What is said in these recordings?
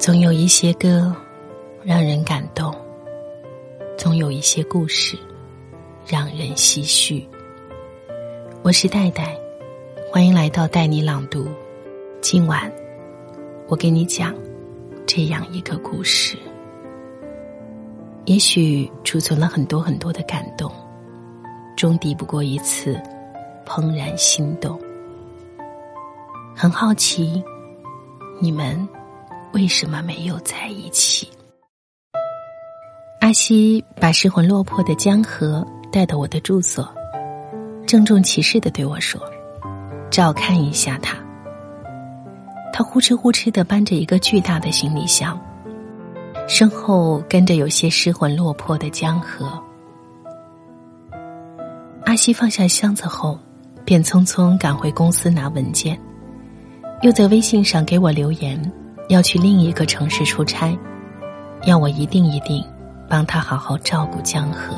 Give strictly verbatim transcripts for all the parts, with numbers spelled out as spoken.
总有一些歌让人感动，总有一些故事让人唏嘘。我是戴戴，欢迎来到带你朗读。今晚我给你讲这样一个故事，也许储存了很多很多的感动，终抵不过一次怦然心动。很好奇，你们为什么没有在一起？阿西把失魂落魄的江河带到我的住所，郑重其事地对我说，照看一下他。他呼哧呼哧地搬着一个巨大的行李箱，身后跟着有些失魂落魄的江河。阿西放下箱子后，便匆匆赶回公司拿文件，又在微信上给我留言，要去另一个城市出差，要我一定一定帮他好好照顾江河。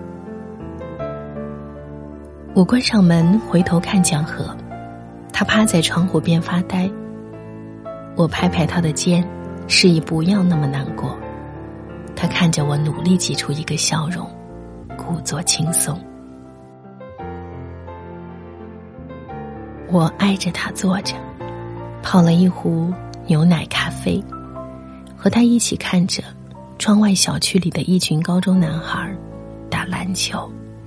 我关上门回头看江河，他趴在窗户边发呆。我拍拍他的肩，示意不要那么难过。他看着我，努力挤出一个笑容，故作轻松。我挨着他坐着，泡了一壶牛奶咖啡，和他一起看着窗外小区里的一群高中男孩打篮球。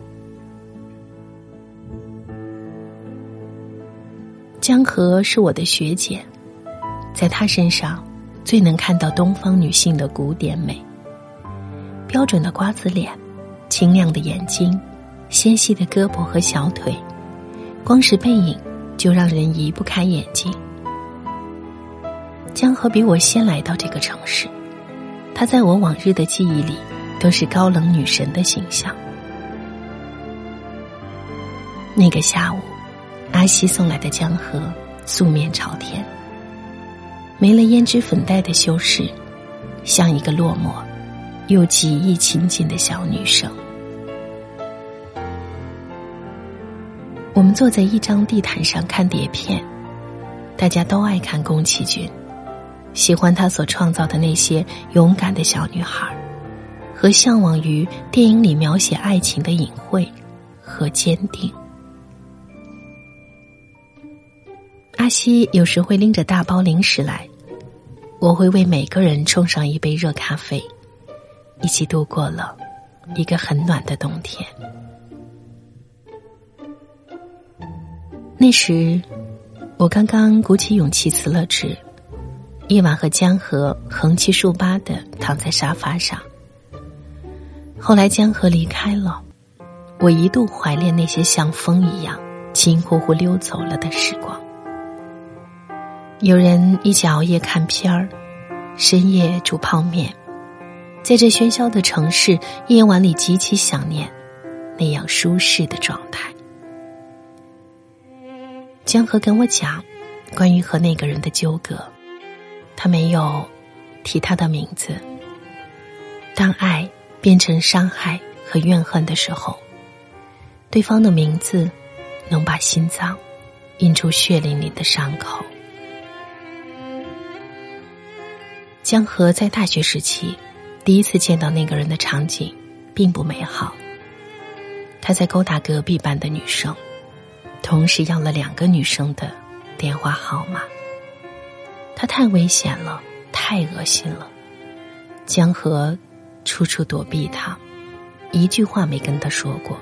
江河是我的学姐，在她身上最能看到东方女性的古典美。标准的瓜子脸，清亮的眼睛，纤细的胳膊和小腿，光是背影就让人移不开眼睛。江河比我先来到这个城市，她在我往日的记忆里都是高冷女神的形象。那个下午，阿西送来的江河素面朝天，没了胭脂粉黛的修饰，像一个落寞又极易亲近的小女生。我们坐在一张地毯上看碟片，大家都爱看宫崎骏，喜欢他所创造的那些勇敢的小女孩，和向往于电影里描写爱情的隐晦和坚定。阿西有时会拎着大包零食来，我会为每个人冲上一杯热咖啡，一起度过了一个很暖的冬天。那时我刚刚鼓起勇气辞了职，夜晚和江河横七竖八地躺在沙发上。后来江河离开了，我一度怀恋那些像风一样轻呼呼溜走了的时光。有人一起熬夜看片儿，深夜煮泡面，在这喧嚣的城市夜晚里极其想念那样舒适的状态。江河跟我讲关于和那个人的纠葛，他没有提他的名字。当爱变成伤害和怨恨的时候，对方的名字能把心脏印出血淋淋的伤口。江河在大学时期第一次见到那个人的场景并不美好，他在勾搭隔壁班的女生，同时要了两个女生的电话号码。他太危险了，太恶心了。江河处处躲避他，一句话没跟他说过。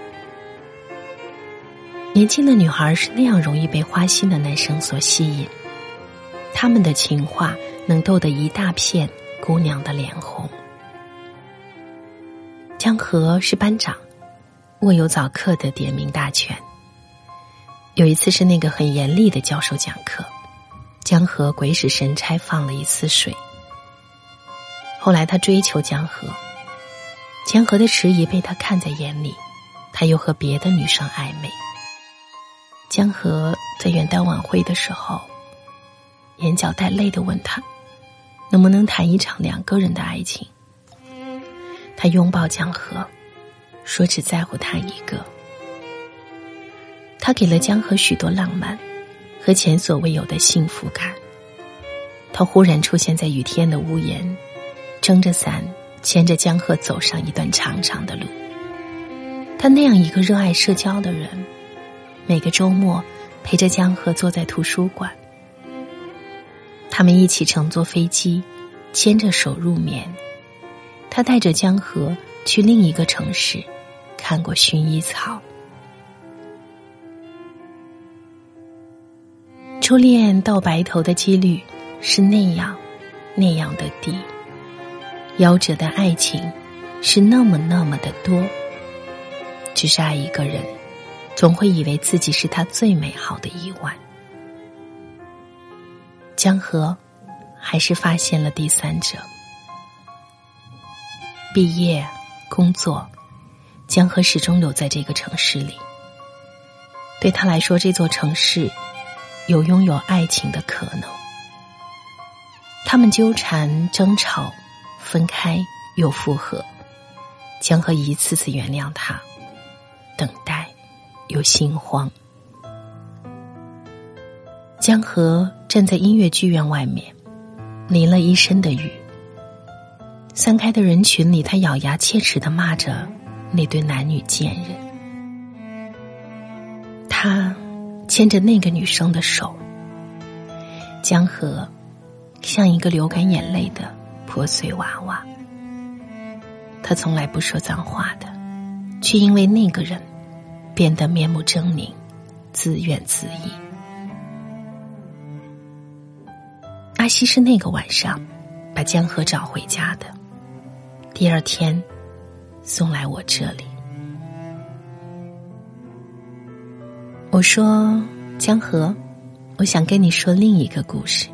年轻的女孩是那样容易被花心的男生所吸引，他们的情话能逗得一大片姑娘的脸红。江河是班长，握有早课的点名大权。有一次是那个很严厉的教授讲课，江河鬼使神差放了一次水。后来他追求江河，江河的迟疑被他看在眼里，他又和别的女生暧昧。江河在元旦晚会的时候，眼角带泪地问他能不能谈一场两个人的爱情。他拥抱江河，说只在乎他一个。他给了江河许多浪漫和前所未有的幸福感。 他忽然出现在雨天的屋檐，撑着伞，牵着江河走上一段长长的路。他那样一个热爱社交的人，每个周末陪着江河坐在图书馆，他们一起乘坐飞机，牵着手入眠。他带着江河去另一个城市，看过薰衣草。初恋到白头的几率是那样那样的低，夭折的爱情是那么那么的多。只是爱一个人，总会以为自己是他最美好的意外。江河还是发现了第三者。毕业工作，江河始终留在这个城市里。对他来说，这座城市有拥有爱情的可能。他们纠缠争吵，分开又复合，江河一次次原谅他，等待又心慌。江河站在音乐剧院外面，淋了一身的雨。散开的人群里，他咬牙切齿地骂着那对男女贱人。他牵着那个女生的手，江河像一个流干眼泪的破碎娃娃。他从来不说脏话的，却因为那个人变得面目狰狞，自怨自艾。阿西是那个晚上把江河找回家的，第二天送来我这里。我说，江河，我想跟你说另一个故事。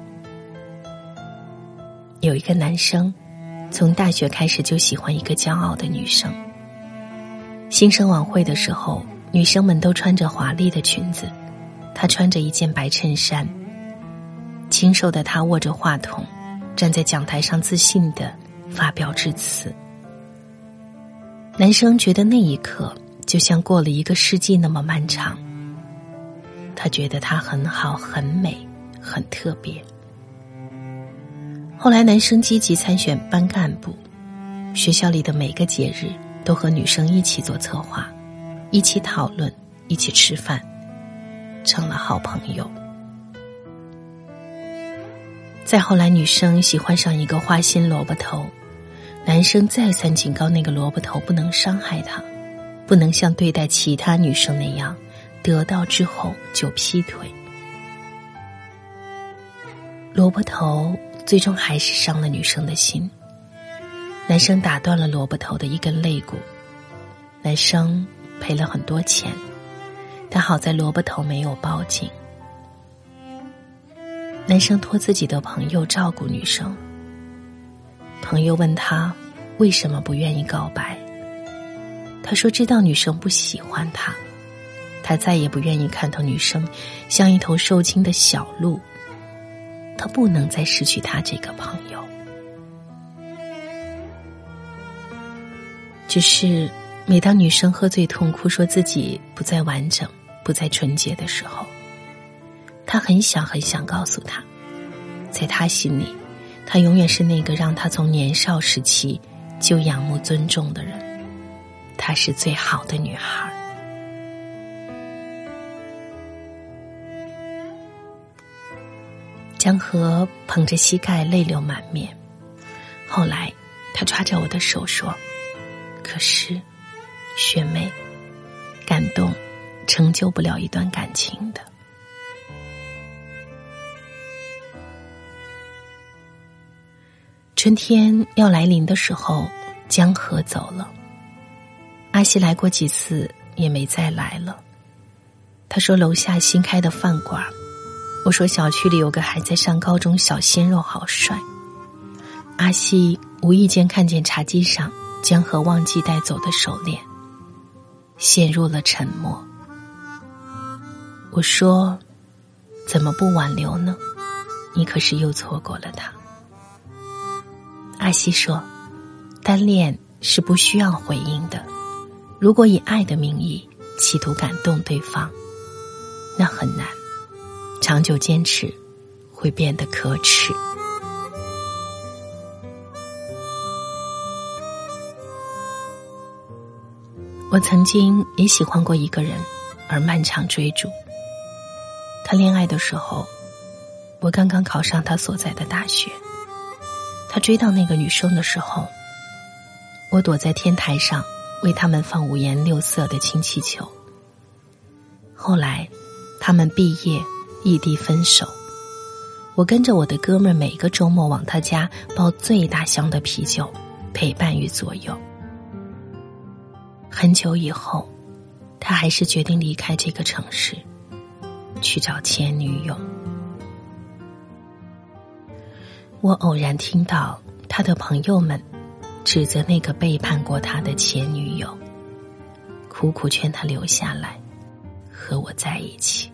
有一个男生从大学开始就喜欢一个骄傲的女生。新生晚会的时候，女生们都穿着华丽的裙子，他穿着一件白衬衫。清瘦的他握着话筒，站在讲台上自信地发表致辞。男生觉得那一刻就像过了一个世纪那么漫长。他觉得她很好，很美，很特别。后来男生积极参选班干部，学校里的每个节日都和女生一起做策划，一起讨论，一起吃饭，成了好朋友。再后来女生喜欢上一个花心萝卜头，男生再三警告那个萝卜头不能伤害她，不能像对待其他女生那样得到之后就劈腿。萝卜头最终还是伤了女生的心，男生打断了萝卜头的一根肋骨，男生赔了很多钱，但好在萝卜头没有报警。男生托自己的朋友照顾女生，朋友问他为什么不愿意告白，他说知道女生不喜欢他，他再也不愿意看到女生像一头受惊的小鹿，他不能再失去他这个朋友。只是每当女生喝醉痛哭，说自己不再完整，不再纯洁的时候，他很想很想告诉她，在他心里，他永远是那个让他从年少时期就仰慕尊重的人，她是最好的女孩。江河捧着膝盖泪流满面，后来他抓着我的手说，可是学妹，感动成就不了一段感情的。春天要来临的时候，江河走了。阿西来过几次，也没再来了。他说楼下新开的饭馆，我说小区里有个还在上高中小鲜肉好帅。阿西无意间看见茶几上江河忘记带走的手链，陷入了沉默。我说怎么不挽留呢？你可是又错过了他。阿西说，单恋是不需要回应的，如果以爱的名义企图感动对方，那很难，长久坚持会变得可耻。 我曾经也喜欢过一个人，而漫长追逐。谈恋爱的时候，我刚刚考上他所在的大学。他追到那个女生的时候，我躲在天台上为他们放五颜六色的氢气球。后来他们毕业异地分手，我跟着我的哥们儿每个周末往他家抱最大箱的啤酒，陪伴于左右。很久以后，他还是决定离开这个城市，去找前女友。我偶然听到他的朋友们指责那个背叛过他的前女友，苦苦劝他留下来和我在一起。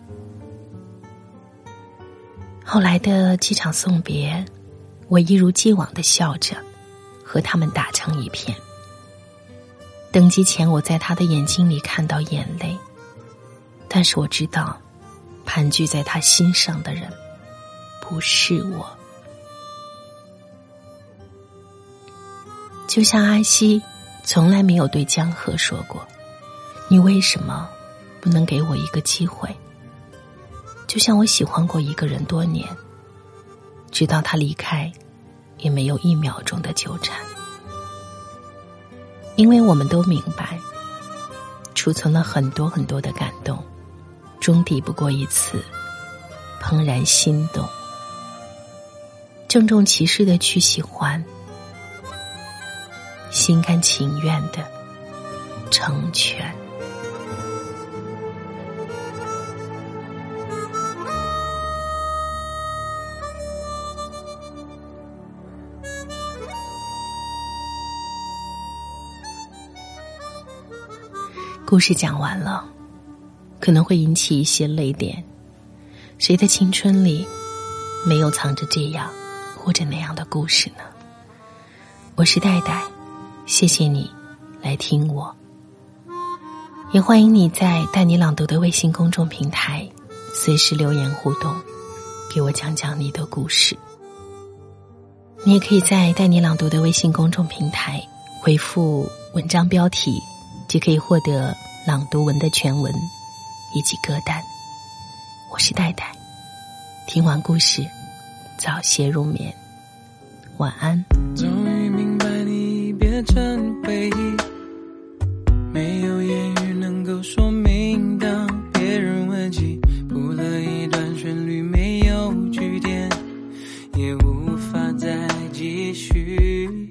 后来的机场送别，我一如既往地笑着和他们打成一片。登机前，我在他的眼睛里看到眼泪，但是我知道盘踞在他心上的人不是我。就像阿西从来没有对江河说过，你为什么不能给我一个机会？就像我喜欢过一个人多年，直到他离开，也没有一秒钟的纠缠。因为我们都明白，储存了很多很多的感动，终抵不过一次怦然心动。郑重其事的去喜欢，心甘情愿的成全。故事讲完了，可能会引起一些泪点。谁的青春里没有藏着这样或者那样的故事呢？我是戴戴，谢谢你来听我，也欢迎你在带你朗读的微信公众平台随时留言互动，给我讲讲你的故事。你也可以在带你朗读的微信公众平台回复文章标题，就可以获得朗读文的全文以及歌单。我是戴戴，听完故事早些入眠，晚安。 终于明白你变成回忆，没有言语能够说明，当别人问起，谱了一段旋律，没有句点，也无法再继续，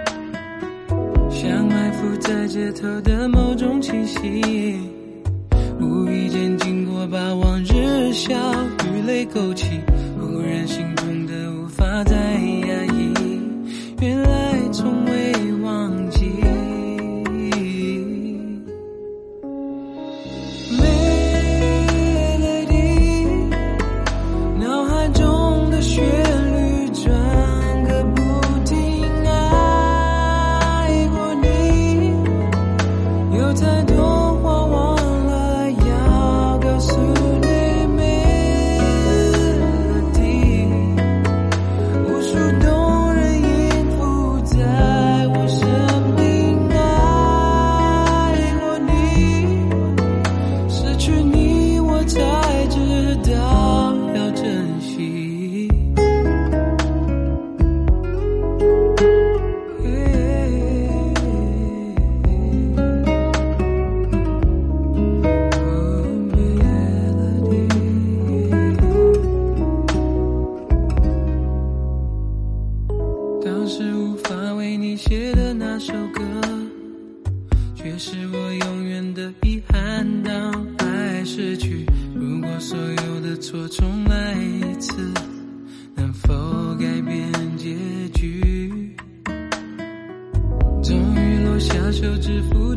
像埋伏在街头的某种气息，无意间经过，把往日笑与泪勾起，忽然心痛的无法再压抑，原来从未忘记。Melody， 脑海中的旋律转个不停，爱过你，有太多话忘了要告诉你。Melody， 无数动人音符在我生命，爱过你，失去你我才知道要珍惜。当时无法为你写的那首歌，却是我永远的遗憾。当爱逝去，如果所有的错重来一次，能否改变结局？终于落下手指腹